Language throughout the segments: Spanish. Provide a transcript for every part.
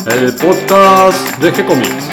el podcast de G-Comics.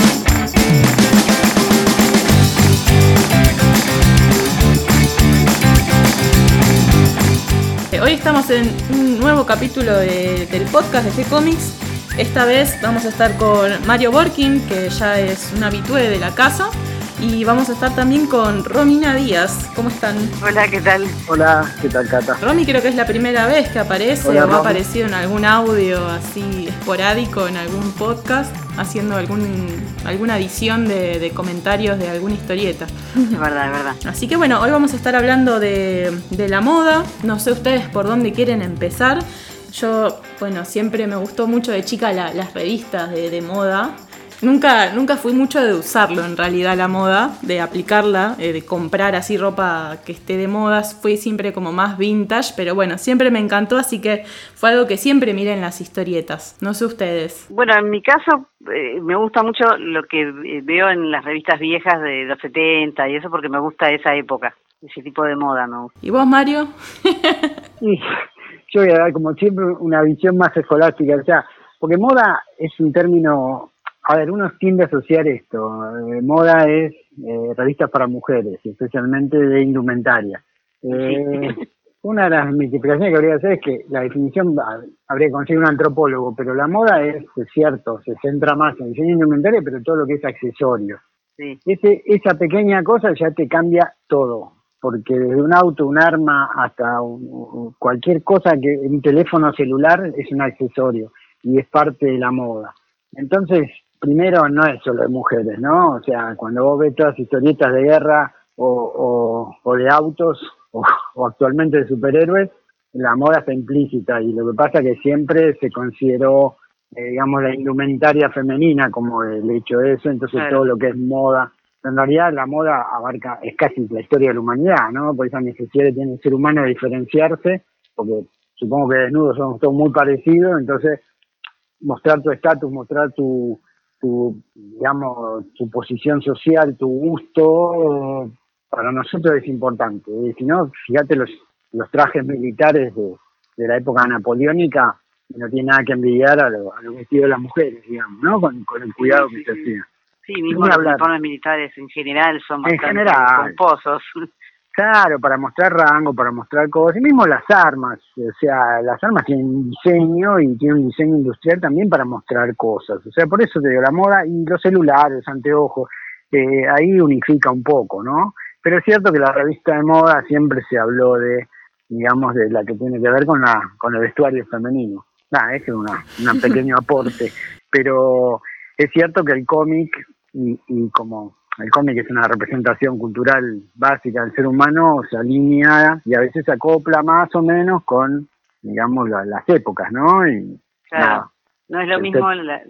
Hoy estamos en un nuevo capítulo del podcast de G-Comics. Esta vez vamos a estar con Mario Borkin, que ya es un habitué de la casa. Y vamos a estar también con Romina Díaz. ¿Cómo están? Hola, ¿qué tal? Hola, ¿qué tal, Cata? Romy creo que es la primera vez que aparece. Hola, o ha Romy. aparecido en algún audio así esporádico, en algún podcast, haciendo alguna edición de comentarios de alguna historieta. Es verdad. Así que bueno, hoy vamos a estar hablando de la moda. No sé ustedes por dónde quieren empezar. Yo, siempre me gustó mucho de chica las revistas de moda. Nunca fui mucho de usarlo en realidad la moda, de aplicarla, de comprar así ropa que esté de moda. Fui siempre como más vintage, pero bueno, siempre me encantó, así que fue algo que siempre miré en las historietas. No sé ustedes. Bueno, en mi caso me gusta mucho lo que veo en las revistas viejas de los 70 y eso porque me gusta esa época, ese tipo de moda me gusta. ¿Y vos, Mario? Y yo voy a dar como siempre una visión más escolástica, o sea, porque moda es un término... A ver, uno tiende a asociar esto. Moda es revistas para mujeres, especialmente de indumentaria. Una de las multiplicaciones que habría que hacer es que la definición habría que conseguir un antropólogo, pero la moda es cierto, se centra más en diseño indumentaria, pero todo lo que es accesorio. Sí. Esa pequeña cosa ya te cambia todo, porque desde un auto, un arma, hasta cualquier cosa, un teléfono celular es un accesorio y es parte de la moda. Entonces, primero, no es solo de mujeres, ¿no? O sea, cuando vos ves todas historietas de guerra o de autos o actualmente de superhéroes, la moda está implícita y lo que pasa es que siempre se consideró, la indumentaria femenina como el hecho de eso, entonces claro. Todo lo que es moda. En realidad la moda es casi la historia de la humanidad, ¿no? Por esa necesidad que tiene el ser humano de diferenciarse, porque supongo que desnudos somos todos muy parecidos, entonces mostrar tu estatus, mostrar tu posición social, tu gusto, para nosotros es importante. Si no, fíjate los trajes militares de la época napoleónica, no tiene nada que envidiar a los vestidos de las mujeres, digamos, ¿no? Con el cuidado que se hacía. Sí, mismo los uniformes militares en general son bastante pomposos. Claro, para mostrar rango, para mostrar cosas, y mismo las armas, o sea, las armas tienen un diseño y tienen un diseño industrial también para mostrar cosas, o sea, por eso te digo, la moda y los celulares, los anteojos, ahí unifica un poco, ¿no? Pero es cierto que la revista de moda siempre se habló de la que tiene que ver con el vestuario femenino. Es un pequeño aporte, pero es cierto que el cómic y como... El cómic es una representación cultural básica del ser humano, se alinea y a veces se acopla más o menos con, las épocas, ¿no? Y, claro, no es lo mismo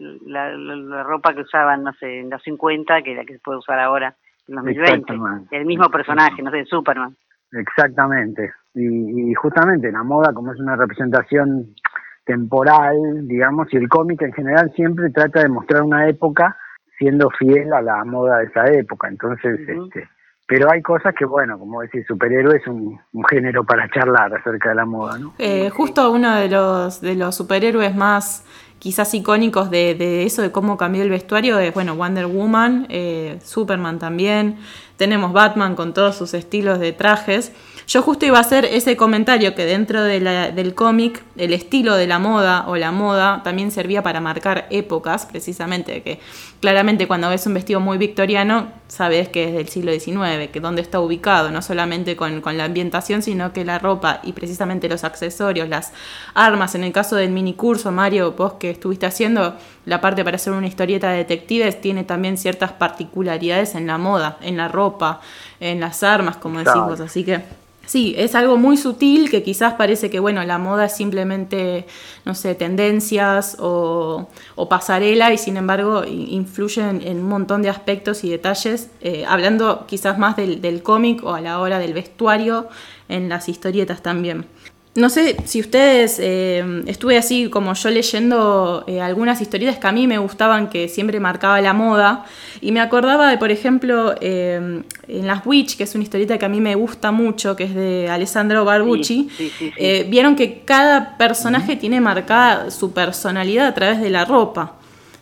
la ropa que usaban, no sé, en los 50 que la que se puede usar ahora en 2020. El mismo personaje, no sé, Superman. Exactamente. Y justamente la moda, como es una representación temporal, y el cómic en general siempre trata de mostrar una época siendo fiel a la moda de esa época, entonces, pero hay cosas que, como decís, superhéroe es un género para charlar acerca de la moda, ¿no? Justo uno de los superhéroes más quizás icónicos de eso, de cómo cambió el vestuario, es, Wonder Woman, Superman también, tenemos Batman con todos sus estilos de trajes. Yo justo iba a hacer ese comentario que dentro del cómic, el estilo de la moda o la moda también servía para marcar épocas, precisamente, que claramente cuando ves un vestido muy victoriano, sabes que es del siglo XIX, que dónde está ubicado, no solamente con la ambientación, sino que la ropa y precisamente los accesorios, las armas. En el caso del minicurso, Mario, vos que estuviste haciendo, la parte para hacer una historieta de detectives tiene también ciertas particularidades en la moda, en la ropa, en las armas, como decís vos, así que... Sí, es algo muy sutil que quizás parece que, la moda es simplemente, no sé, tendencias o pasarela y sin embargo influye en un montón de aspectos y detalles, hablando quizás más del cómic o a la hora del vestuario en las historietas también. No sé si ustedes, estuve así como yo leyendo algunas historietas que a mí me gustaban, que siempre marcaba la moda, y me acordaba de, por ejemplo, en Las Witch, que es una historieta que a mí me gusta mucho, que es de Alessandro Barbucci. Sí. Vieron que cada personaje tiene marcada su personalidad a través de la ropa.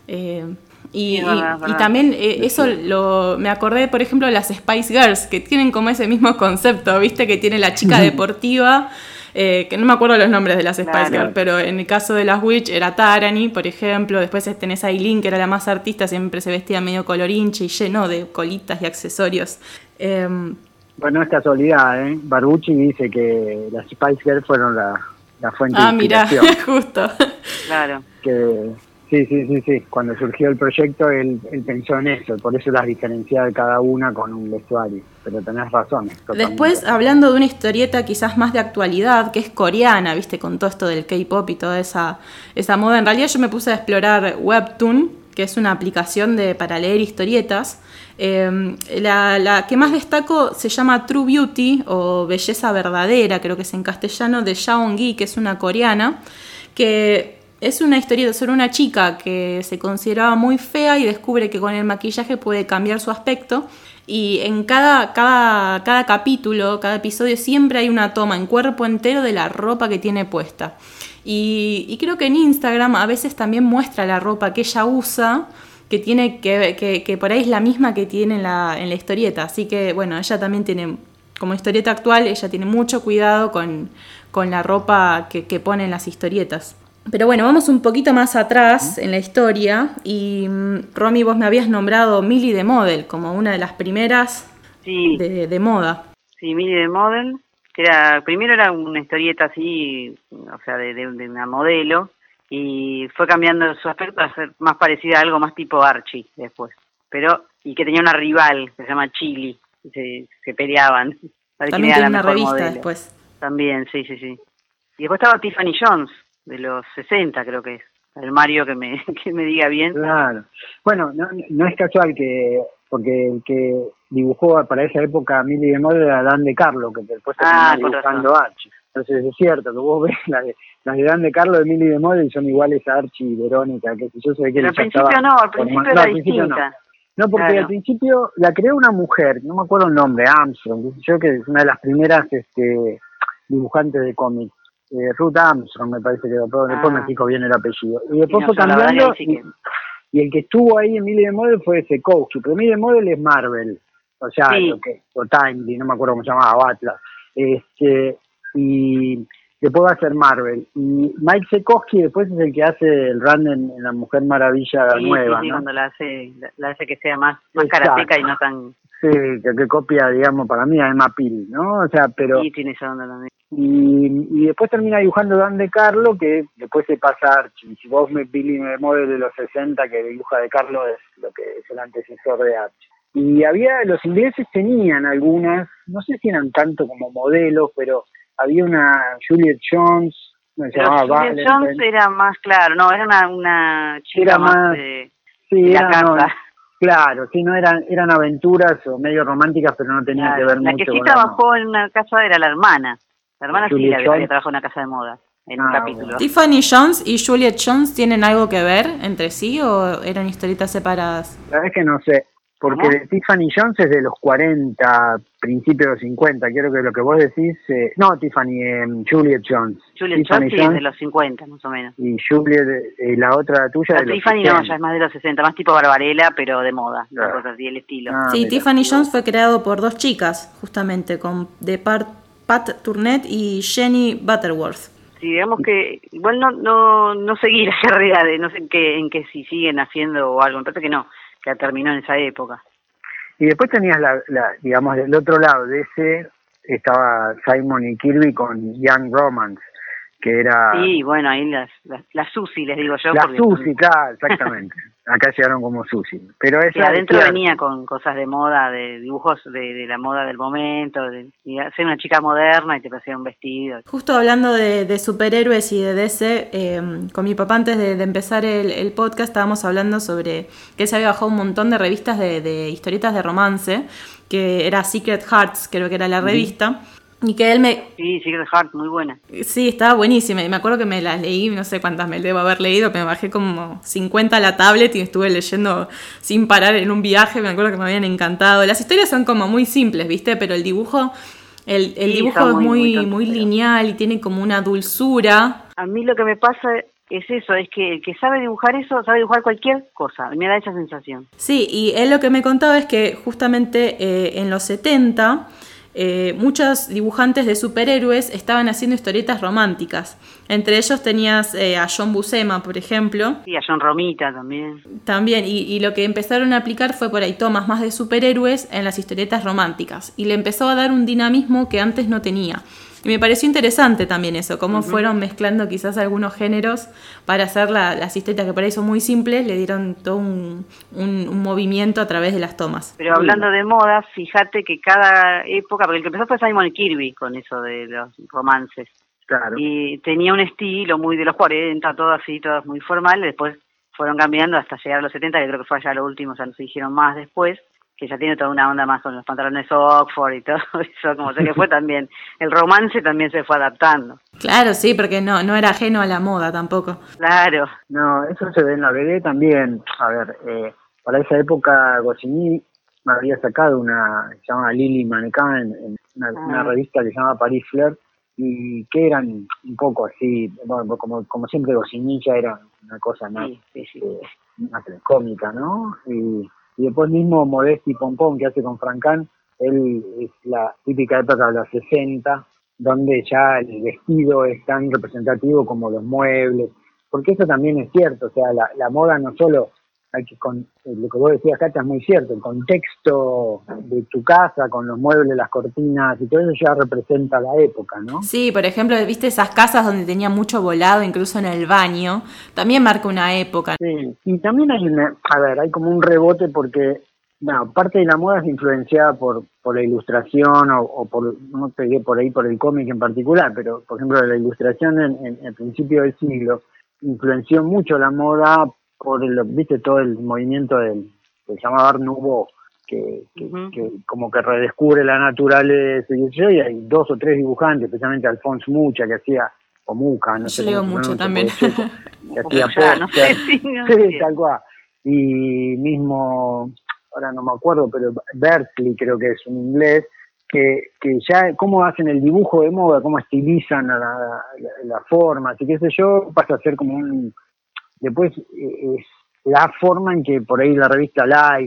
Y también eso me acordé, por ejemplo, de las Spice Girls, que tienen como ese mismo concepto, ¿viste? Que tiene la chica deportiva, que no me acuerdo los nombres de las Spice Girls, pero en el caso de las Witch era Tarani, por ejemplo. Después tenés a Eileen, que era la más artista, siempre se vestía medio colorinche y lleno de colitas y accesorios. Bueno, es casualidad, ¿eh? Barbucci dice que las Spice Girls fueron la fuente de inspiración. Mirá, justo. Claro. Que sí. Cuando surgió el proyecto, él pensó en eso, por eso las diferenciaba de cada una con un vestuario. Pero tenés razón. Después, hablando de una historieta quizás más de actualidad, que es coreana, ¿viste? Con todo esto del K-pop y toda esa moda. En realidad yo me puse a explorar Webtoon, que es una aplicación para leer historietas. La que más destaco se llama True Beauty o Belleza Verdadera, creo que es en castellano, de Shaon-gi, que es una coreana, que es una historieta sobre una chica que se consideraba muy fea y descubre que con el maquillaje puede cambiar su aspecto. Y en cada capítulo, cada episodio, siempre hay una toma en cuerpo entero de la ropa que tiene puesta. Y creo que en Instagram a veces también muestra la ropa que ella usa, que tiene que por ahí es la misma que tiene en la historieta. Así que, bueno, ella también tiene, como historieta actual, ella tiene mucho cuidado con la ropa que pone en las historietas. Pero bueno, vamos un poquito más atrás en la historia y Romy, vos me habías nombrado Millie the Model como una de las primeras de moda. Sí, Millie the Model, que primero era una historieta así, o sea, de una modelo, y fue cambiando su aspecto a ser más parecida a algo más tipo Archie después. Y que tenía una rival que se llama Chili, y se peleaban. También tiene una revista modelo. Después. También, sí. Y después estaba Tiffany Jones, de los 60 creo que es. El Mario que me diga bien. Claro. Bueno, no es casual porque el que dibujó para esa época a Millie the Model era Dan de Carlo, que después terminó dibujando Archie. Entonces es cierto que vos ves las de Dan de Carlo de Millie the Model y son iguales a Archie y Verónica, que si yo sé que al principio al principio era distinta. No, porque al principio la creó una mujer, no me acuerdo el nombre, Armstrong, yo que es una de las primeras dibujantes de cómics. Ruth Armstrong me parece que después me fijo bien el apellido. Y después fue cambiando y el que estuvo ahí en Millie the Model fue Sekowsky, pero Millie the Model es Marvel, o sea, o Timely, no me acuerdo cómo se llamaba, Atlas. Y después va a ser Marvel. Y Mike Sekowsky después es el que hace el run en La Mujer Maravilla nueva, ¿no? Cuando la hace que sea más karateca y no tan... Sí, que copia, digamos, para mí a Emma Peel, ¿no? O sea, pero... Sí, tiene esa onda también. Y después termina dibujando Dan de Carlo, que después se pasa a Archie. Si vos Billy me Model de los 60, que dibuja de Carlo, es lo que es el antecesor de Archie. Y los ingleses tenían algunas, no sé si eran tanto como modelos, pero había una Juliet Jones, Juliet Jones era más claro, no, era una chica más de la casa. Claro, sí, no eran aventuras o medio románticas, pero no tenían que ver mucho. La que sí trabajó en una casa era la hermana. La hermana sí la que trabajó en una casa de moda, en un capítulo. Bueno. ¿Tiffany Jones y Juliet Jones tienen algo que ver entre sí o eran historietas separadas? La verdad es que no sé, porque de Tiffany Jones es de los 40, principios de los 50, creo que lo que vos decís... Juliet Jones. Juliet Jones sí es de los 50, más o menos. Y Juliet, la otra tuya de los Tiffany 60. No, ya es más de los 60, más tipo Barbarella, pero de moda, cosas así, el estilo. Sí, mira. Tiffany Jones fue creado por dos chicas, justamente, de Pat Tournette y Jenny Butterworth. Sí, digamos que igual no seguí la carrera de no sé en qué si siguen haciendo o algo, me parece que no, que terminó en esa época. Y después tenías digamos, del otro lado de ese estaba Simon y Kirby con Young Romance, que era... Sí, bueno, ahí las Susi, les digo yo. Las Susi, claro, exactamente. Acá llegaron como Susi. Pero esa adentro venía con cosas de moda, de dibujos de la moda del momento, de ser una chica moderna y te parecía un vestido. Justo hablando de superhéroes y de DC, con mi papá antes de empezar el podcast estábamos hablando sobre que se había bajado un montón de revistas de historietas de romance, que era Secret Hearts, creo que era la revista. Y que él Sí, Secret Heart, muy buena. Sí, estaba buenísima. Y me acuerdo que me las leí, no sé cuántas me debo haber leído, me bajé como 50 a la tablet y estuve leyendo sin parar en un viaje. Me acuerdo que me habían encantado. Las historias son como muy simples, ¿viste? Pero el dibujo es muy lineal y tiene como una dulzura. A mí lo que me pasa es eso, es que el que sabe dibujar eso, sabe dibujar cualquier cosa, me da esa sensación. Sí, y él lo que me contaba es que justamente en los 70 muchos dibujantes de superhéroes estaban haciendo historietas románticas. Entre ellos tenías a John Buscema, por ejemplo. Y a John Romita también. También, y lo que empezaron a aplicar fue por ahí tomas más de superhéroes en las historietas románticas. Y le empezó a dar un dinamismo que antes no tenía. Y me pareció interesante también eso, cómo fueron mezclando quizás algunos géneros para hacer las historietas que por ahí son muy simples, le dieron todo un movimiento a través de las tomas. Pero hablando de moda, fíjate que cada época, porque el que empezó fue Simon Kirby con eso de los romances. Claro. Y tenía un estilo muy de los 40, todo así, todo muy formal, después fueron cambiando hasta llegar a los 70, que creo que fue allá lo último, ya no se dijeron más después, que ya tiene toda una onda más con los pantalones Oxford y todo eso, como sé que fue también, el romance también se fue adaptando. Claro, sí, porque no era ajeno a la moda tampoco. Claro. No, eso se ve en la BD también. A ver, para esa época Goscinny me había sacado una que se llama Lily Mannequin en una revista que se llama Paris Fleur, y que eran un poco así, bueno, como siempre Goscinny ya era una cosa más, más cómica, ¿no? Y después mismo Modesti Pompón, que hace con Francan, él es la típica época de los 60, donde ya el vestido es tan representativo como los muebles, porque eso también es cierto, o sea, la moda no solo hay que, con lo que vos decías, Katia, es muy cierto, el contexto de tu casa, con los muebles, las cortinas y todo eso ya representa la época, ¿no? Sí, por ejemplo, viste esas casas donde tenía mucho volado, incluso en el baño, también marca una época. Sí, y también hay como un rebote porque, bueno, parte de la moda es influenciada por la ilustración o por, no te diré por ahí, por el cómic en particular, pero, por ejemplo, la ilustración en el principio del siglo influenció mucho la moda por viste todo el movimiento que se llama Art Nouveau, que como que redescubre la naturaleza, y hay 2 o 3 dibujantes, especialmente Alphonse Mucha, que hacía, o Mucha, no sé. Yo leo mucho también. Que hacía póster, sí, tal cual. Y mismo, ahora no me acuerdo, pero Berkeley creo que es un inglés, que ya cómo hacen el dibujo de moda, cómo estilizan la forma, así que qué sé yo, pasa a ser como después es la forma en que por ahí la revista Life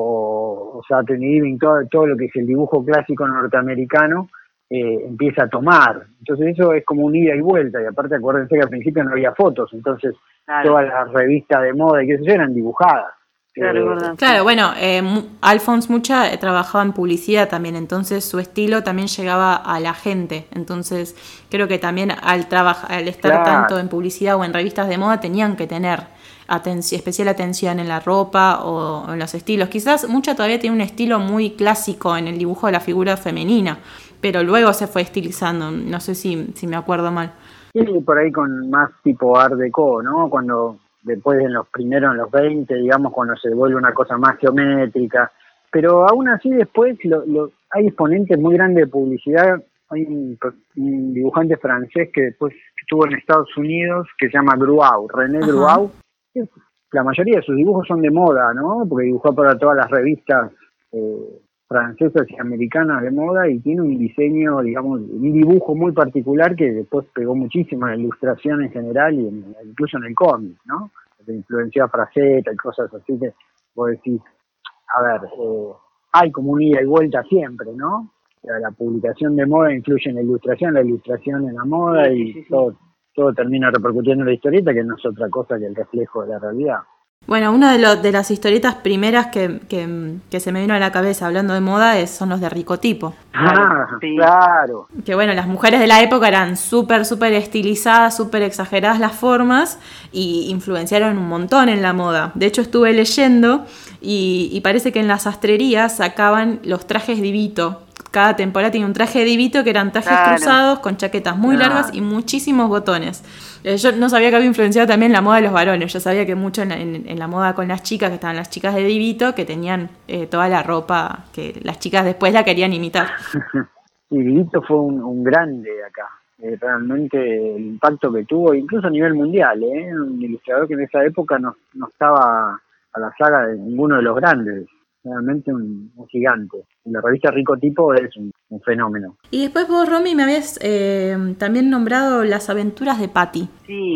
o Saturday Evening, todo lo que es el dibujo clásico norteamericano empieza a tomar. Entonces eso es como un ida y vuelta, y aparte acuérdense que al principio no había fotos, entonces todas las revistas de moda y qué sé yo eran dibujadas. Claro, bueno, Alphonse Mucha trabajaba en publicidad también, entonces su estilo también llegaba a la gente, entonces creo que también al estar tanto en publicidad o en revistas de moda tenían que tener especial atención en la ropa o en los estilos. Quizás Mucha todavía tiene un estilo muy clásico en el dibujo de la figura femenina, pero luego se fue estilizando, no sé si me acuerdo mal. Sí, por ahí con más tipo Art Deco, ¿no? Cuando después en los 20, digamos, cuando se vuelve una cosa más geométrica, pero aún así después hay exponentes muy grandes de publicidad. Hay un dibujante francés que después estuvo en Estados Unidos, que se llama Gruau, René Gruau. La mayoría de sus dibujos son de moda, ¿no? Porque dibujó para todas las revistas francesas y americanas de moda, y tiene un diseño, digamos, un dibujo muy particular que después pegó muchísimo en la ilustración en general y incluso en el cómic, ¿no? Que influenció a Frazetta y cosas así, que vos decís, a ver, hay como un ida y vuelta siempre, ¿no? La publicación de moda influye en la ilustración en la moda, y todo termina repercutiendo en la historieta, que no es otra cosa que el reflejo de la realidad. Bueno, una de las historietas primeras que se me vino a la cabeza hablando de moda son los de Ricotipo. Claro. Que bueno, las mujeres de la época eran súper estilizadas, súper exageradas las formas, y influenciaron un montón en la moda. De hecho, estuve leyendo y parece que en las sastrerías sacaban los trajes Divito. Cada temporada tenía un traje de Divito, que eran trajes cruzados con chaquetas muy largas y muchísimos botones. Yo no sabía que había influenciado también la moda de los varones. Yo sabía que mucho en la moda con las chicas, que estaban las chicas de Divito, que tenían toda la ropa que las chicas después la querían imitar. Sí, Divito fue un grande acá. Realmente el impacto que tuvo, incluso a nivel mundial, un ilustrador que en esa época no estaba a la saga de ninguno de los grandes. Realmente un gigante. La revista Ricotipo es un fenómeno. Y después vos, Romy, me habías también nombrado Las aventuras de Patty. Sí,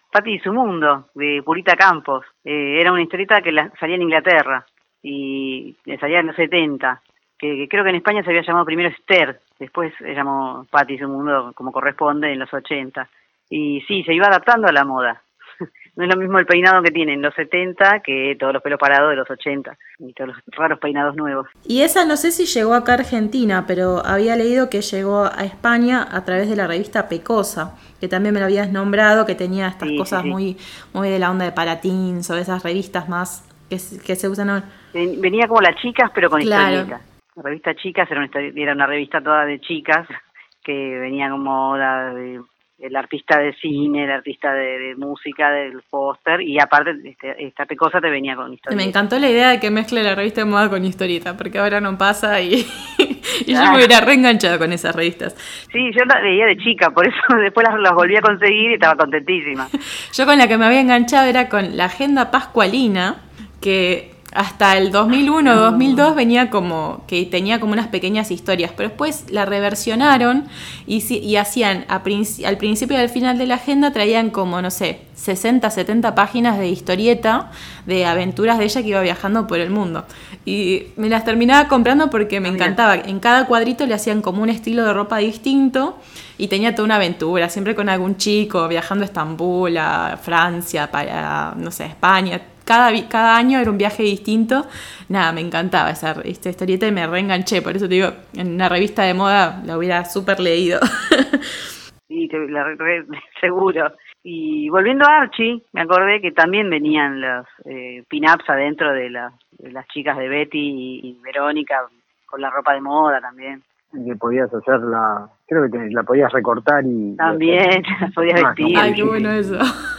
Patti y su mundo, de Purita Campos. Era una historieta que salía en Inglaterra y salía en los 70, que creo que en España se había llamado primero Esther, después se llamó Patti y su mundo como corresponde en los 80. Y sí, se iba adaptando a la moda. No es lo mismo el peinado que tienen los 70 que todos los pelos parados de los 80 y todos los raros peinados nuevos. Y esa no sé si llegó acá a Argentina, pero había leído que llegó a España a través de la revista Pecosa, que también me lo habías nombrado, que tenía estas cosas sí. Muy de la onda de Palatins o esas revistas más que se usan ahora. Venía como las Chicas, pero con historietas. La revista Chicas era una revista toda de chicas que venía como el artista de cine, el artista de música, del póster, y aparte esta Pecosa te venía con historieta. Me encantó la idea de que mezcle la revista de moda con historieta, porque ahora no pasa y yo me hubiera reenganchado con esas revistas. Sí, yo la leía de chica, por eso después las volví a conseguir y estaba contentísima. Yo con la que me había enganchado era con la Agenda Pascualina, que hasta el 2001 o 2002 venía como que tenía como unas pequeñas historias, pero después la reversionaron y hacían al principio y al final de la agenda traían como, no sé, 60, 70 páginas de historieta, de aventuras de ella que iba viajando por el mundo. Y me las terminaba comprando porque me encantaba. En cada cuadrito le hacían como un estilo de ropa distinto y tenía toda una aventura, siempre con algún chico viajando a Estambul, a Francia, para, no sé, España. Cada año era un viaje distinto. Nada, me encantaba esta historieta y me reenganché. Por eso te digo, en una revista de moda la hubiera súper leído. Sí, seguro. Y volviendo a Archie, me acordé que también venían los pin-ups adentro de las chicas de Betty y Verónica, con la ropa de moda también. Que podías creo que la podías recortar y... También, las podías vestir. Ay, qué bueno eso.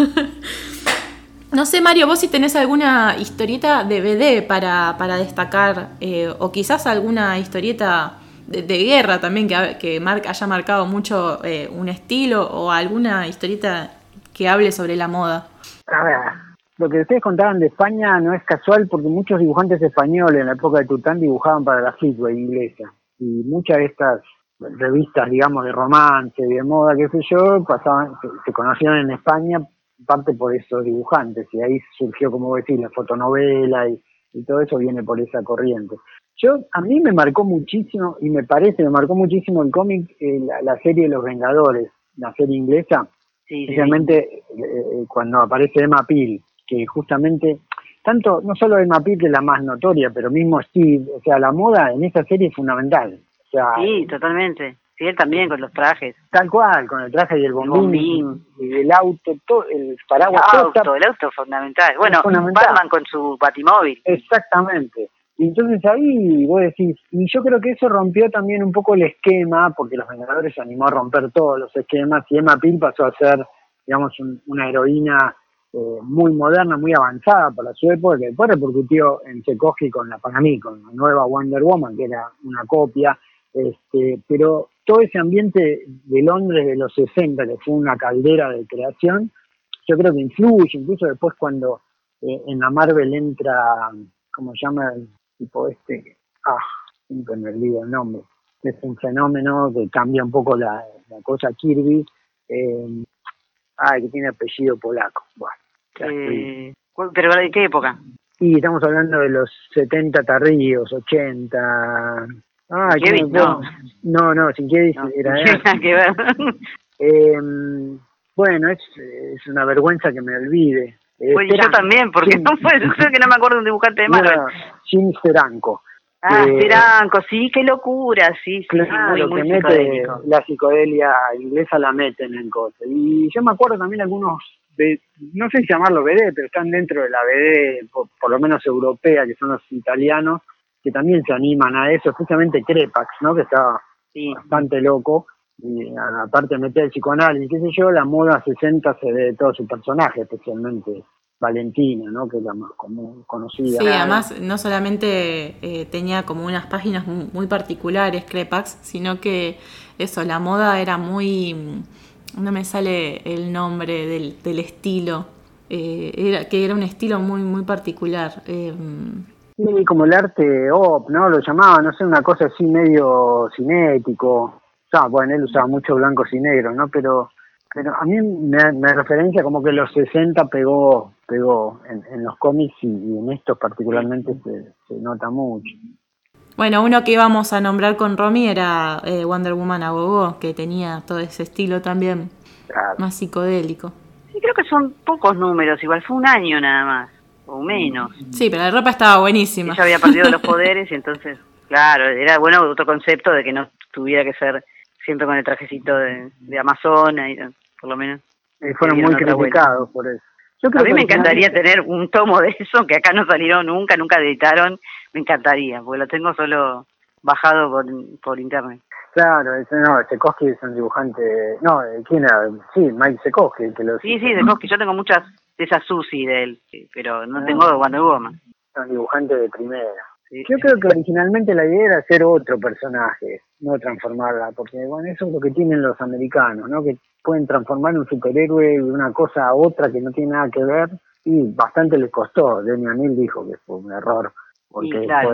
No sé, Mario, vos si tenés alguna historieta DVD para destacar, o quizás alguna historieta de guerra también que haya marcado mucho un estilo, o alguna historieta que hable sobre la moda. A ver, lo que ustedes contaban de España no es casual porque muchos dibujantes españoles en la época de Tután dibujaban para la Fleetway inglesa, y muchas de estas revistas, digamos, de romance, de moda, qué sé yo, se conocieron en España parte por esos dibujantes, y ahí surgió, como vos decís, la fotonovela y todo eso viene por esa corriente. A mí me marcó muchísimo, y me marcó muchísimo el cómic, la serie de Los Vengadores, la serie inglesa, especialmente cuando aparece Emma Peel, que justamente, tanto, no solo Emma Peel, que es la más notoria, pero mismo Steve, o sea, la moda en esa serie es fundamental. O sea, sí, totalmente. Sí, él también con los trajes. Tal cual, con el traje y el bombín. Y el auto, todo, el paraguas. El auto es fundamental. Bueno, Batman con su batimóvil. Exactamente. Y entonces ahí vos decís, y yo creo que eso rompió también un poco el esquema, porque Los Vengadores se animó a romper todos los esquemas, y Emma Peel pasó a ser, digamos, una heroína muy moderna, muy avanzada para su época, que después repercutió en Sekowsky con la nueva Wonder Woman, que era una copia, pero todo ese ambiente de Londres de los 60, que fue una caldera de creación, yo creo que influye, incluso después cuando en la Marvel entra, ¿cómo se llama el tipo siempre me olvido el nombre, es un fenómeno que cambia un poco la cosa, Kirby, que tiene apellido polaco. Bueno, ¿pero de qué época? Y estamos hablando de los 70 tardíos, 80... Kevin, no, Sienkiewicz no, era... Nada que ver. Bueno, es una vergüenza que me olvide. Pues yo también, porque no creo que no me acuerdo de un dibujante de Marvel. Jim Steranko. Steranko, sí, qué locura, sí, claro, muy que mete la psicodelia inglesa, la meten en cosas. Y yo me acuerdo también algunos, no sé si llamarlo BD, pero están dentro de la BD, por lo menos europea, que son los italianos, que también se animan a eso, especialmente Crepax, ¿no? Que está bastante loco, y aparte de meter el psicoanálisis, qué sé yo, la moda 60 se ve de todo su personaje, especialmente Valentina, ¿no? Que es la más conocida. Sí, además no solamente tenía como unas páginas muy particulares Crepax, sino que eso, la moda era muy, no me sale el nombre del estilo, era un estilo muy muy particular. Sí, como el arte op, ¿no? Lo llamaban, no sé, una cosa así medio cinético. Bueno, él usaba mucho blancos y negros, ¿no? Pero Pero a mí me referencia como que los 60 pegó en los cómics y en estos particularmente se nota mucho. Bueno, uno que íbamos a nombrar con Romy era Wonder Woman a Gogo, que tenía todo ese estilo también, Claro. más psicodélico. Sí, creo que son pocos números, igual fue un año nada más, o menos. Sí, pero la ropa estaba buenísima. Ella había perdido los poderes y entonces, claro, era bueno otro concepto de que no tuviera que ser siempre con el trajecito de Amazona, y por lo menos. Fueron dieron muy otra vuelta. criticados por eso. Yo creo A mí que me al final- encantaría tener un tomo de eso, que acá no salieron nunca editaron, me encantaría, porque lo tengo solo bajado por internet. Claro, Sekowsky es un dibujante... No, ¿quién era? Sí, Mike Sekowsky. Que lo Sí, de Koski, yo tengo muchas de esas Susi de él, pero no tengo de Wonder Woman. Es un dibujante de primera. Sí. Yo creo que originalmente la idea era hacer otro personaje, no transformarla, porque bueno, eso es lo que tienen los americanos, ¿no? Que pueden transformar un superhéroe de una cosa a otra que no tiene nada que ver, y bastante les costó. Damian O'Neill dijo que fue un error, porque Sí, claro.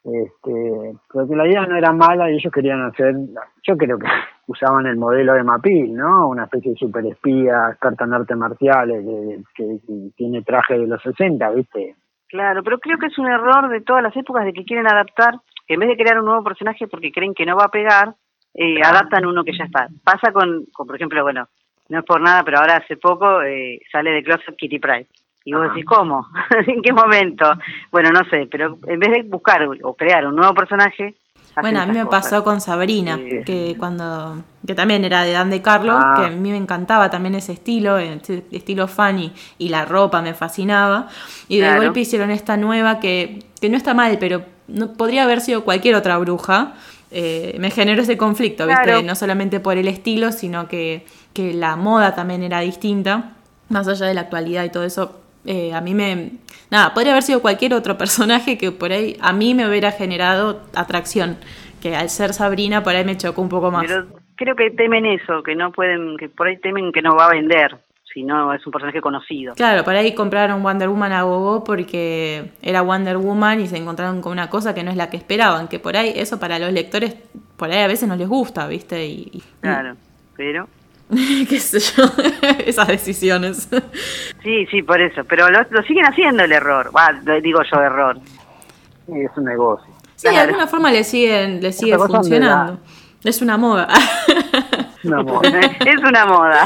porque la idea no era mala y ellos querían hacer, yo creo que usaban el modelo de Mapil, ¿no? Una especie de superespía, experta en artes marciales, que tiene traje de los 60, ¿viste? Claro, pero creo que es un error de todas las épocas de que quieren adaptar, que en vez de crear un nuevo personaje porque creen que no va a pegar, adaptan uno que ya está. Pasa con, por ejemplo, bueno, no es por nada, pero ahora hace poco sale de closet Kitty Pryde. Y vos decís, ¿cómo? ¿En qué momento? Bueno, no sé, pero en vez de buscar o crear un nuevo personaje... Bueno, a mí me pasó con Sabrina, Sí. que también era de Dan de Carlo, que a mí me encantaba también ese estilo funny, y la ropa me fascinaba. Y de Claro. golpe hicieron esta nueva que no está mal, pero no podría haber sido cualquier otra bruja. Me generó ese conflicto, ¿viste? Claro. No solamente por el estilo, sino que la moda también era distinta, más allá de la actualidad y todo eso. A mí podría haber sido cualquier otro personaje que por ahí a mí me hubiera generado atracción, que al ser Sabrina por ahí me chocó un poco más. Pero creo que temen eso, que no pueden, que por ahí temen que no va a vender, si no es un personaje conocido. Claro, por ahí compraron Wonder Woman a gogo porque era Wonder Woman y se encontraron con una cosa que no es la que esperaban, que por ahí eso para los lectores por ahí a veces no les gusta, ¿viste? Claro, pero... qué sé yo, esas decisiones. Sí, por eso, pero lo siguen haciendo el error, digo yo error. Sí, es un negocio. Sí, de alguna forma le sigue Otra cosa funcionando. Es una moda. No, bueno. Es una moda.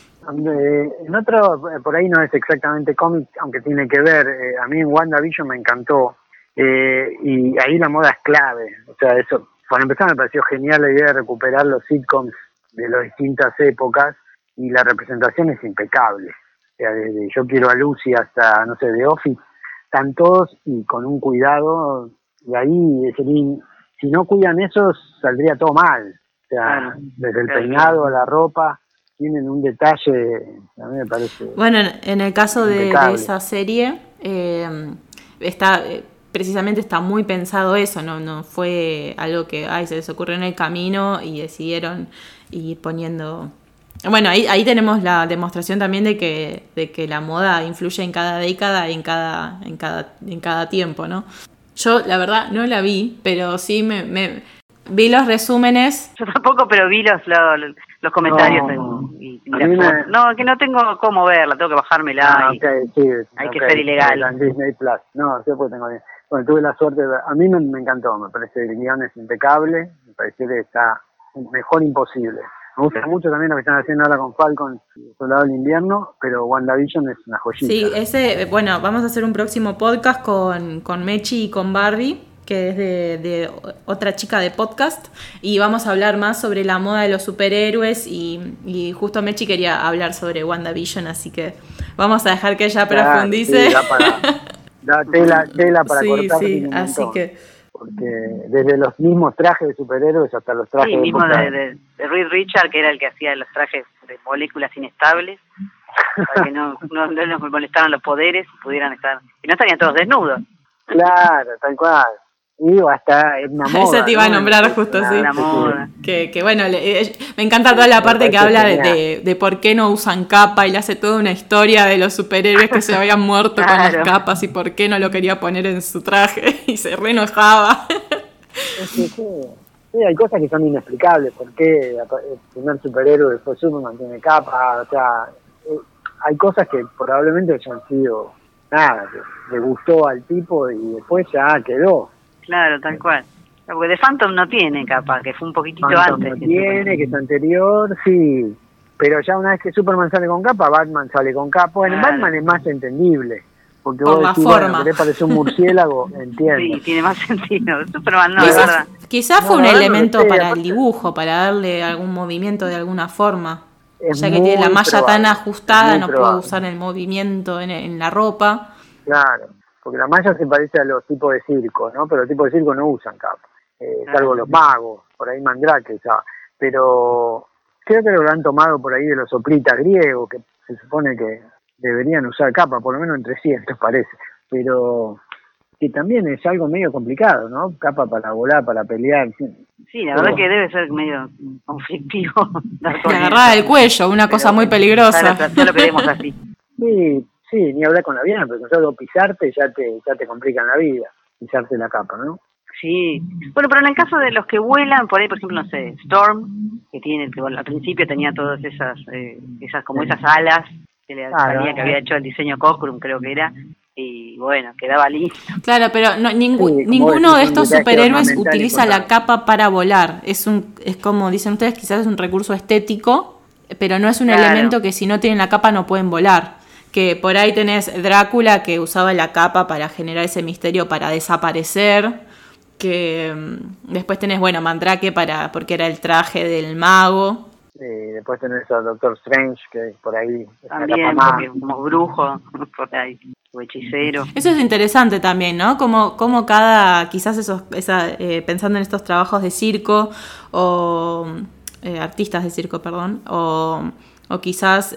En otro, por ahí no es exactamente cómic, aunque tiene que ver, a mí en WandaVision me encantó, y ahí la moda es clave, o sea, eso, para empezar me pareció genial la idea de recuperar los sitcoms de las distintas épocas, y la representación es impecable, o sea, desde Yo quiero a Lucy hasta, no sé, The Office, están todos y con un cuidado, y ahí si no cuidan eso saldría todo mal, o sea, desde el peinado a la ropa, tienen un detalle, a mí me parece... Bueno, en el caso de esa serie, precisamente está muy pensado eso, no fue algo que se les ocurrió en el camino y decidieron ir poniendo... Bueno, ahí tenemos la demostración también de que la moda influye en cada década y en cada tiempo, ¿no? Yo, la verdad, no la vi, pero sí me vi los resúmenes. Yo tampoco, pero vi los comentarios. No, que no tengo cómo verla, tengo que bajármela. Hay que ser ilegal. En Disney Plus. No, yo pues tengo bien. Bueno, tuve la suerte de... A mí me encantó, me parece el guión es impecable, me parece que está mejor imposible. Me gusta mucho también lo que están haciendo ahora con Falcon, Soldado del Invierno, pero WandaVision es una joyita. Sí, vamos a hacer un próximo podcast con Mechi y con Barbie, que es de otra chica de podcast, y vamos a hablar más sobre la moda de los superhéroes, y justo Mechi quería hablar sobre WandaVision, así que vamos a dejar que ella profundice. Sí, da tela para cortar. Sí, así que... Porque desde los mismos trajes de superhéroes hasta los trajes mismo de Reed Richard, que era el que hacía los trajes de moléculas inestables, para que no les molestaran los poderes, pudieran estar, y no estarían todos desnudos. Claro, tal cual. Y hasta una moda. Esa te iba a nombrar justo, sí. Una moda. Que bueno, me encanta toda la parte que habla de por qué no usan capa, y le hace toda una historia de los superhéroes que se habían muerto con las capas y por qué no lo quería poner en su traje y se re enojaba. Sí, hay cosas que son inexplicables. ¿Por qué el primer superhéroe después Superman tiene capa? O sea, hay cosas que probablemente hayan sido, nada, que le gustó al tipo y después ya quedó. Claro, tal cual. Porque The Phantom no tiene capa, que fue un poquito Phantom antes. no tiene, que es anterior, sí. Pero ya una vez que Superman sale con capa, Batman sale con capa. Bueno, Claro. Batman es más entendible. Porque Por vos la decís, forma. bueno, querés parecer un murciélago, entiendo. Sí, tiene más sentido. Superman no, es Quizás, verdad. quizás fue No, un no lo elemento sé, para el aparte- dibujo, para darle algún movimiento de alguna forma. Es Ya que tiene la muy malla probable, tan ajustada, es muy no puede probable. usar el movimiento en la ropa. Claro, porque la malla se parece a los tipos de circo, ¿no? Pero los tipos de circo no usan capa, salvo los magos, por ahí Mandrake usaba. Pero creo que lo han tomado por ahí de los soplitas griegos, que se supone que deberían usar capa, por lo menos en 300 parece. Pero que también es algo medio complicado, ¿no? Capa para volar, para pelear. Sí, la verdad que debe ser medio conflictivo. dar con Le eso. agarraba el cuello, una Pero cosa muy bueno, peligrosa. Ya lo queremos así. Sí, sí, ni hablar con la avión, pero con solo pisarte ya te complican la vida, pisarte la capa, ¿no? Sí. Bueno, pero en el caso de los que vuelan, por ahí, por ejemplo, no sé, Storm, que tiene, que bueno, al principio tenía todas esas como esas alas que le salía, que había hecho el diseño Cockrum, creo que era, y bueno, quedaba lindo. Claro, pero no, como ninguno de decís, un estos detalle superhéroes ornamental utiliza la importante. capa para volar. Es como dicen ustedes, quizás es un recurso estético, pero no es un Claro. elemento que si no tienen la capa no pueden volar. Que por ahí tenés Drácula que usaba la capa para generar ese misterio para desaparecer. Que después tenés, bueno, Mandrake porque era el traje del mago. Después tenés al Doctor Strange, que por ahí es una También, capa más. porque como brujo, por ahí, o hechicero. Eso es interesante también, ¿no? Como cada, quizás pensando en estos trabajos de circo o artistas de circo, perdón, o quizás,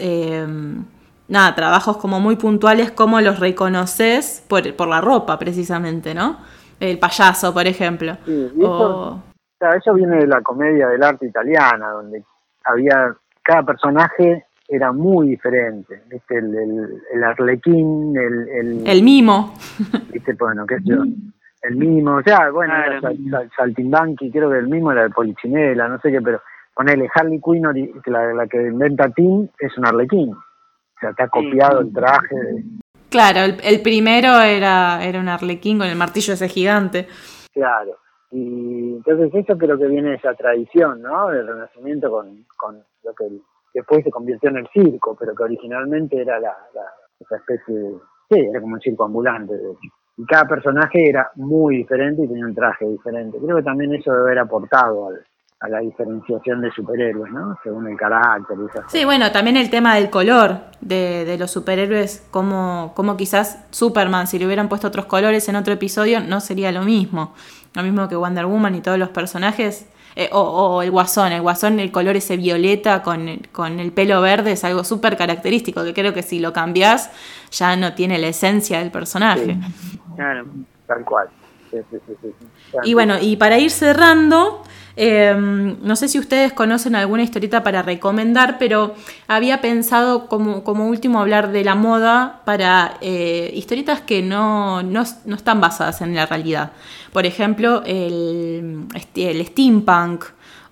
trabajos como muy puntuales, como los reconoces por la ropa, precisamente, ¿no? El payaso, por ejemplo. Sí, y eso viene de la comedia del arte italiana, donde cada personaje era muy diferente, ¿viste? El arlequín, el mimo. ¿viste? Bueno, qué sé yo, el mimo, o sea, bueno, Claro. era Saltimbanqui, creo que el mimo era de Polichinela, no sé qué, pero ponele Harley Quinn, la que inventa Tim, es un arlequín, o sea, está copiado el traje de... Claro, el primero era un arlequín con el martillo ese gigante. Claro, y entonces eso creo que viene de esa tradición, ¿no? Del Renacimiento con lo que después se convirtió en el circo, pero que originalmente era esa especie de... Sí, era como un circo ambulante, de hecho. Y cada personaje era muy diferente y tenía un traje diferente. Creo que también eso debe haber aportado a la diferenciación de superhéroes, ¿no? Según el carácter y esas cosas. Sí, bueno, también el tema del color de los superhéroes, como quizás Superman, si le hubieran puesto otros colores en otro episodio, no sería lo mismo. Lo mismo que Wonder Woman y todos los personajes. O el Guasón, el color ese violeta con el pelo verde es algo súper característico, que creo que si lo cambiás ya no tiene la esencia del personaje. Sí. Claro. Tal cual. Sí. Y bueno, y para ir cerrando, no sé si ustedes conocen alguna historieta para recomendar, pero había pensado como último hablar de la moda para historietas que no están basadas en la realidad. Por ejemplo, el steampunk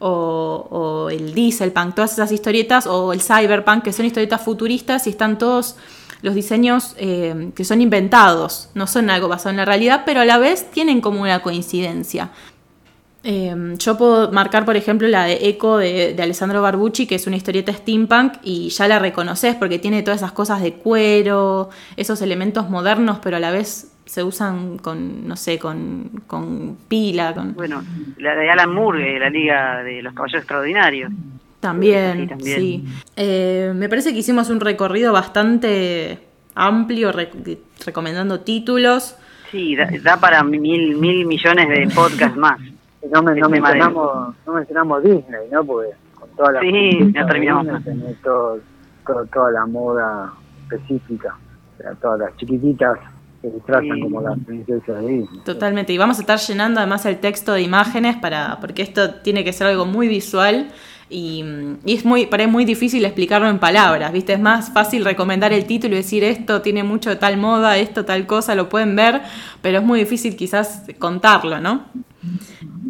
o el dieselpunk, todas esas historietas, o el cyberpunk, que son historietas futuristas y están todos los diseños que son inventados, no son algo basado en la realidad, pero a la vez tienen como una coincidencia. Yo puedo marcar, por ejemplo, la de Echo de Alessandro Barbucci, que es una historieta steampunk y ya la reconoces porque tiene todas esas cosas de cuero, esos elementos modernos, pero a la vez se usan con pila. Bueno, la de Alan Moore, la Liga de los Caballeros Extraordinarios. También, Sí, también. sí. Me parece que hicimos un recorrido bastante amplio recomendando títulos. Sí, da para mil millones de podcasts más. No mencionamos Disney, ¿no? Porque con toda la Sí, no terminamos más. tenés toda la moda específica, o sea, todas las chiquititas que se disfrazan Sí. como las princesas de Disney. Totalmente, y vamos a estar llenando además el texto de imágenes porque esto tiene que ser algo muy visual y es para mí muy difícil explicarlo en palabras, ¿viste? Es más fácil recomendar el título y decir esto tiene mucho de tal moda, esto tal cosa, lo pueden ver, pero es muy difícil quizás contarlo, ¿no?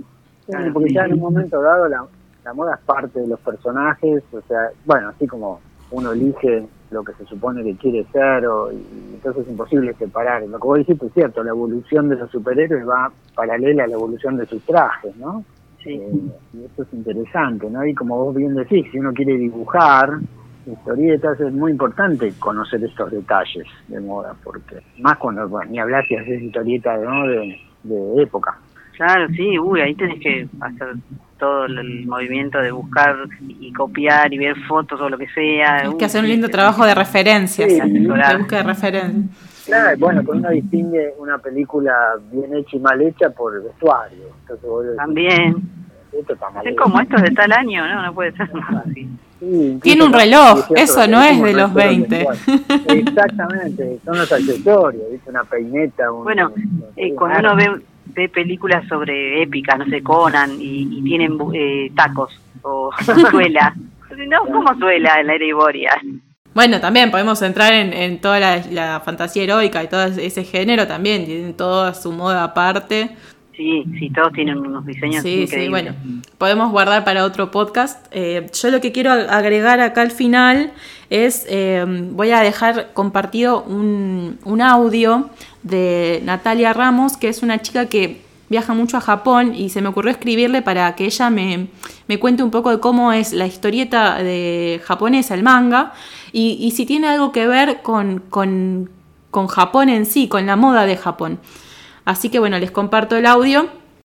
Sí, porque ya en un momento dado la moda es parte de los personajes, o sea, bueno, así como uno elige lo que se supone que quiere ser, y entonces es imposible separar. Lo que vos dijiste es cierto, la evolución de los superhéroes va paralela a la evolución de sus trajes, ¿no? Sí. Y eso es interesante, ¿no? Y como vos bien decís, si uno quiere dibujar historietas, es muy importante conocer estos detalles de moda, porque más cuando, bueno, ni hablar si haces historietas, ¿no? de época. Claro, sí, ahí tenés que hacer todo el movimiento de buscar y copiar y ver fotos o lo que sea. Hay que hacer un lindo trabajo de referencias, Sí, de búsqueda de referencias. Claro, bueno, pues uno distingue una película bien hecha y mal hecha por el vestuario. Entonces, vos decís, También. esto está mal Es hecho. como esto es de tal año, ¿no? No puede ser más así. Sí, Tiene un reloj, eso no es de los 20. Exactamente, son los accesorios, ¿viste? Una peineta. Bueno, cuando uno ve películas sobre épicas, no sé, Conan, y tienen tacos o suela. No, ¿cómo suela en la era Iboria? Bueno, también podemos entrar en toda la fantasía heroica y todo ese género también, tienen toda su moda aparte. Sí, todos tienen unos diseños increíbles. Sí, bueno, podemos guardar para otro podcast. Yo lo que quiero agregar acá al final es, voy a dejar compartido un audio de Natalia Ramos, que es una chica que viaja mucho a Japón y se me ocurrió escribirle para que ella me cuente un poco de cómo es la historieta de japonesa, el manga, y si tiene algo que ver con Japón en sí, con la moda de Japón. Así que bueno, les comparto el audio.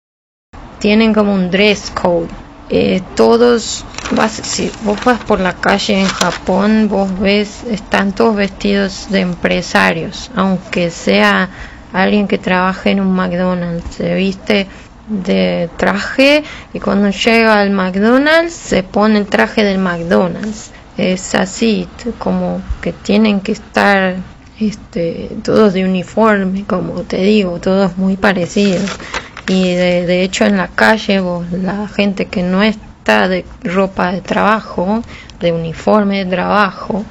Tienen como un dress code. Todos, si vos vas por la calle en Japón, vos ves, están todos vestidos de empresarios, aunque sea alguien que trabaje en un McDonald's, se viste de traje y cuando llega al McDonald's se pone el traje del McDonald's. Es así, como que tienen que estar todos de uniforme, como te digo, todos muy parecidos. Y de hecho en la calle la gente que no está de ropa de trabajo, de uniforme de trabajo,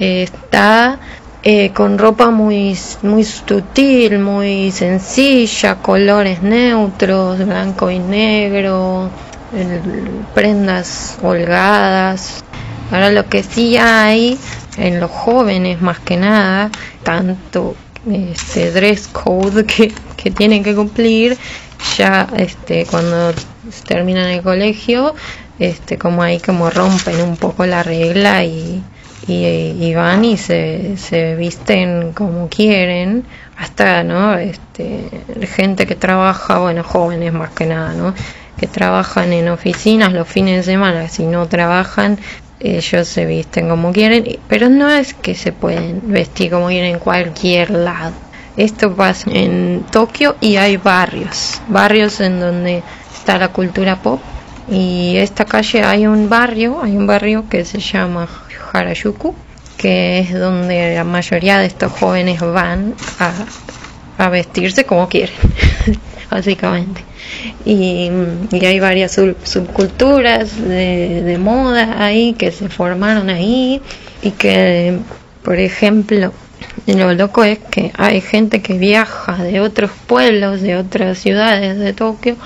está con ropa muy sutil, muy sencilla, colores neutros, blanco y negro, prendas holgadas. Ahora lo que sí hay en los jóvenes más que nada, tanto dress code que tienen que cumplir ya cuando terminan el colegio, como ahí como rompen un poco la regla y van y se visten como quieren, hasta no gente que trabaja, bueno, jóvenes más que nada, no, que trabajan en oficinas los fines de semana, si no trabajan ellos se visten como quieren, pero no es que se pueden vestir como quieren en cualquier lado. Esto pasa en Tokio y hay barrios en donde está la cultura pop, y esta calle hay un barrio que se llama Harajuku, que es donde la mayoría de estos jóvenes van a vestirse como quieren básicamente, y hay varias subculturas de moda ahí que se formaron ahí, y que por ejemplo lo loco es que hay gente que viaja de otros pueblos, de otras ciudades de Tokio,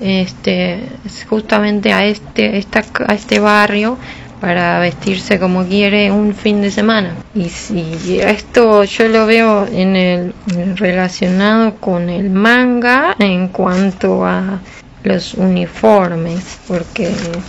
justamente a este barrio para vestirse como quiere un fin de semana. Y esto yo lo veo relacionado con el manga en cuanto a los uniformes, porque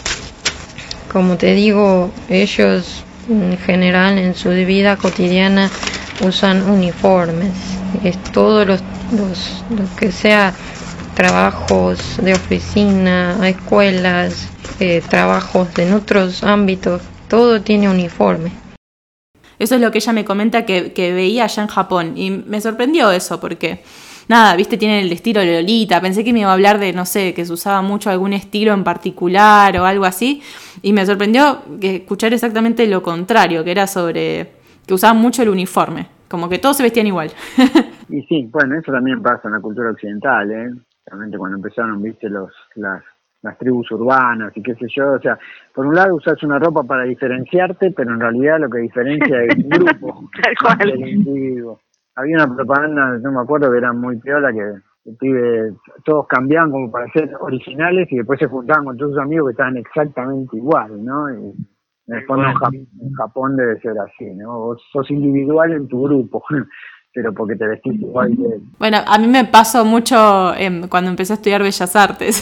como te digo, ellos en general en su vida cotidiana usan uniformes. Es todo lo que sea trabajos de oficina, escuelas, trabajos en otros ámbitos, todo tiene uniforme. Eso es lo que ella me comenta que veía allá en Japón, y me sorprendió eso porque nada, viste, tienen el estilo Lolita, pensé que me iba a hablar de, no sé, que se usaba mucho algún estilo en particular o algo así, y me sorprendió escuchar exactamente lo contrario, que era sobre que usaban mucho el uniforme, como que todos se vestían igual. Y sí, bueno, eso también pasa en la cultura occidental, realmente cuando empezaron, viste, las tribus urbanas y qué sé yo, o sea, por un lado usas una ropa para diferenciarte, pero en realidad lo que diferencia es un grupo Tal cual. del individuo. Había una propaganda, no me acuerdo, que era muy piola, que el pibe, todos cambiaban como para ser originales y después se juntaban con todos sus amigos que estaban exactamente igual, ¿no? Y en el fondo en Japón debe ser así, ¿no? Vos sos individual en tu grupo, pero porque te vestís igual que él. Bueno, a mí me pasó mucho cuando empecé a estudiar Bellas Artes.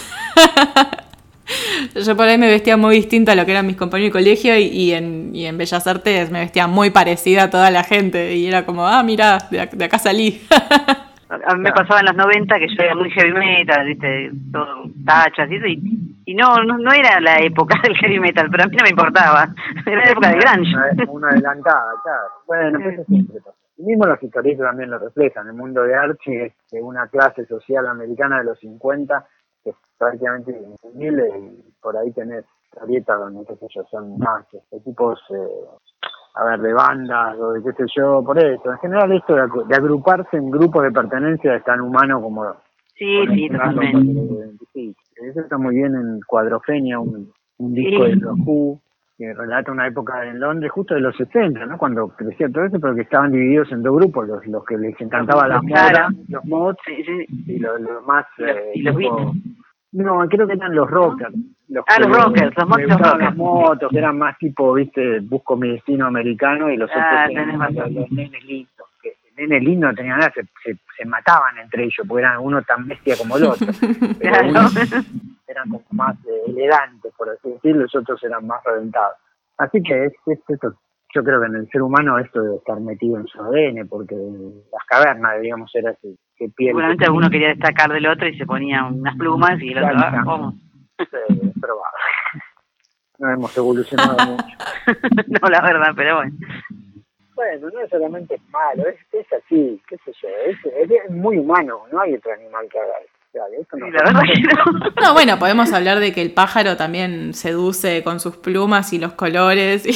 Yo por ahí me vestía muy distinta a lo que eran mis compañeros de colegio y en Bellas Artes me vestía muy parecida a toda la gente y era como, mira, de acá salí. A mí me pasaba en los 90 que yo era muy heavy metal, ¿viste? Todo tachas y eso, y no era la época del heavy metal, pero a mí no me importaba. Era la época del grunge. Una adelantada, claro. Bueno, eso siempre pasa. Y mismo los historietas también lo reflejan. El mundo de Archie es de una clase social americana de los 50 que es prácticamente inentendible, y por ahí tenés historietas donde, qué sé yo, son más tipos, de bandas o de qué sé yo, por eso. En general esto de agruparse en grupos de pertenencia es tan humano como... Sí, totalmente. Eso está muy bien en Cuadrofenia, un disco de los Who, que relata una época en Londres justo de los 60, ¿no? Cuando crecía todo eso, pero que estaban divididos en dos grupos, los que les encantaba la moda, los mods, y los más... ¿Y los Beats? No, creo que eran los rockers. Los rockers, los mods rockers. Las motos, que eran más tipo, viste, busco mi destino americano, y los otros eran los nenes lindos. Que el nene lindo no tenía nada, se mataban entre ellos, porque eran uno tan bestia como el otro. Pero unos eran como más elegantes, por así decirlo, los otros eran más reventados. Así que esto, yo creo que en el ser humano esto debe estar metido en su ADN, porque las cavernas, digamos, era ese piel. Seguramente alguno quería destacar del otro y se ponía unas plumas y el otro, ¿cómo? Sí, probable. No hemos evolucionado mucho. No, la verdad, pero bueno. Bueno, no necesariamente es malo, es así, qué sé yo, es muy humano, no hay otro animal que haga eso. Sí, la verdad que no. No, bueno, podemos hablar de que el pájaro también seduce con sus plumas y los colores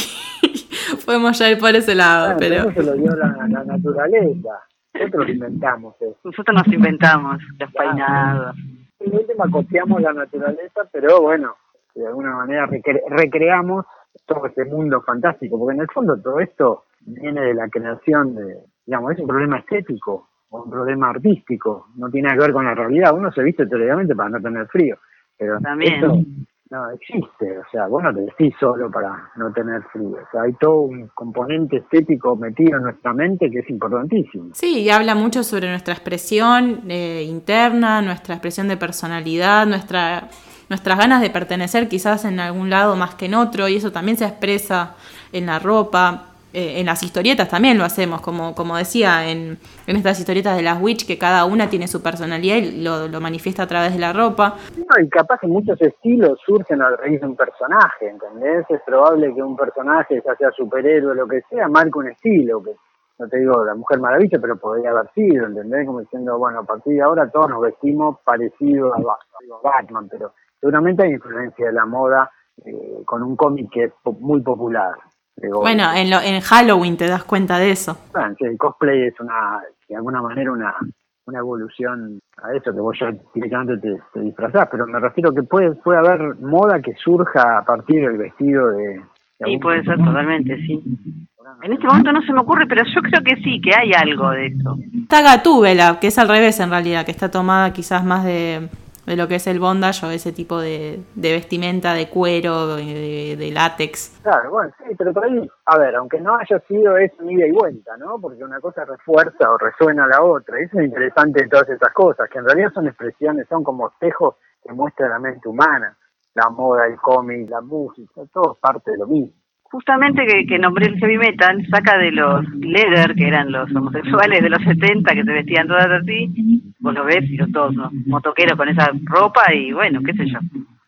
y podemos ya ir por ese lado, pero... Eso se lo dio la naturaleza, nosotros lo inventamos eso. Nosotros nos inventamos los peinados. En última copiamos la naturaleza, pero bueno, de alguna manera recreamos todo este mundo fantástico, porque en el fondo todo esto viene de la creación de, digamos, es un problema estético o un problema artístico, no tiene nada que ver con la realidad. Uno se viste teóricamente para no tener frío, pero también eso no existe, o sea, vos no te vestís solo para no tener frío, o sea, hay todo un componente estético metido en nuestra mente que es importantísimo. Sí, y habla mucho sobre nuestra expresión interna, nuestra expresión de personalidad, nuestras ganas de pertenecer quizás en algún lado más que en otro, y eso también se expresa en la ropa. En las historietas también lo hacemos, como decía, en estas historietas de las Witch, que cada una tiene su personalidad y lo manifiesta a través de la ropa. No, y capaz que muchos estilos surgen a raíz de un personaje, ¿entendés? Es probable que un personaje, ya sea superhéroe o lo que sea, marque un estilo, que no te digo la Mujer Maravilla, pero podría haber sido, ¿entendés? Como diciendo, bueno, a partir de ahora todos nos vestimos parecido a Batman, pero seguramente hay influencia de la moda con un cómic que es muy popular. Bueno, en Halloween te das cuenta de eso. Bueno, sí, el cosplay es de alguna manera una evolución a eso, que vos ya directamente te disfrazás, pero me refiero que puede haber moda que surja a partir del vestido de sí, puede ser totalmente, sí. En este momento no se me ocurre, pero yo creo que sí, que hay algo de eso. Está Gatúbela, que es al revés en realidad, que está tomada quizás más de lo que es el bondage o ese tipo de vestimenta de cuero, de látex. Claro, bueno, sí, pero por ahí, a ver, aunque no haya sido eso ni ida y vuelta, ¿no? Porque una cosa refuerza o resuena a la otra. Eso es interesante de todas esas cosas, que en realidad son expresiones, son como espejos que muestran la mente humana. La moda, el cómic, la música, todo es parte de lo mismo. Justamente que nombré el heavy metal, saca de los leather, que eran los homosexuales de los 70, que se vestían todas así, vos lo ves, y los todos los motoqueros con esa ropa, y bueno, qué sé yo,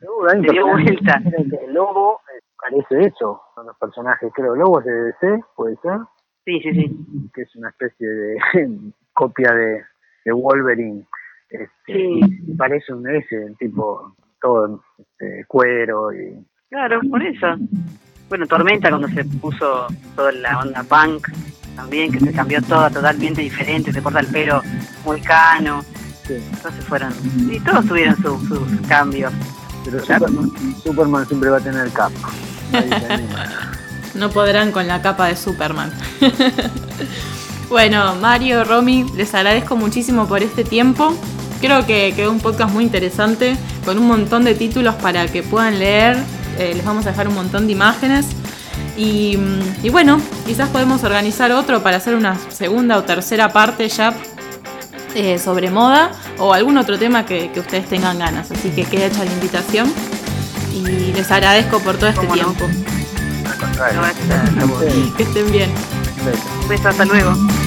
se dio vuelta. El Lobo parece eso, son los personajes, creo, Lobo es de DC, ¿puede ser? Sí. Que es una especie de copia de Wolverine, sí. Y parece un tipo todo cuero y... Claro, por eso. Bueno, Tormenta cuando se puso toda la onda punk también, que se cambió todo totalmente diferente, se corta el pelo muy cano, sí. Entonces fueron, y todos tuvieron sus cambios. Pero Superman siempre va a tener capa. No podrán con la capa de Superman. Bueno, Mario, Romy, les agradezco muchísimo por este tiempo. creo que quedó un podcast muy interesante, con un montón de títulos para que puedan leer. Les vamos a dejar un montón de imágenes. Y bueno, quizás podemos organizar otro para hacer una segunda o tercera parte ya sobre moda o algún otro tema que ustedes tengan ganas. Así que queda hecha la invitación y les agradezco por todo este tiempo. No, Que estén bien. un beso, hasta luego.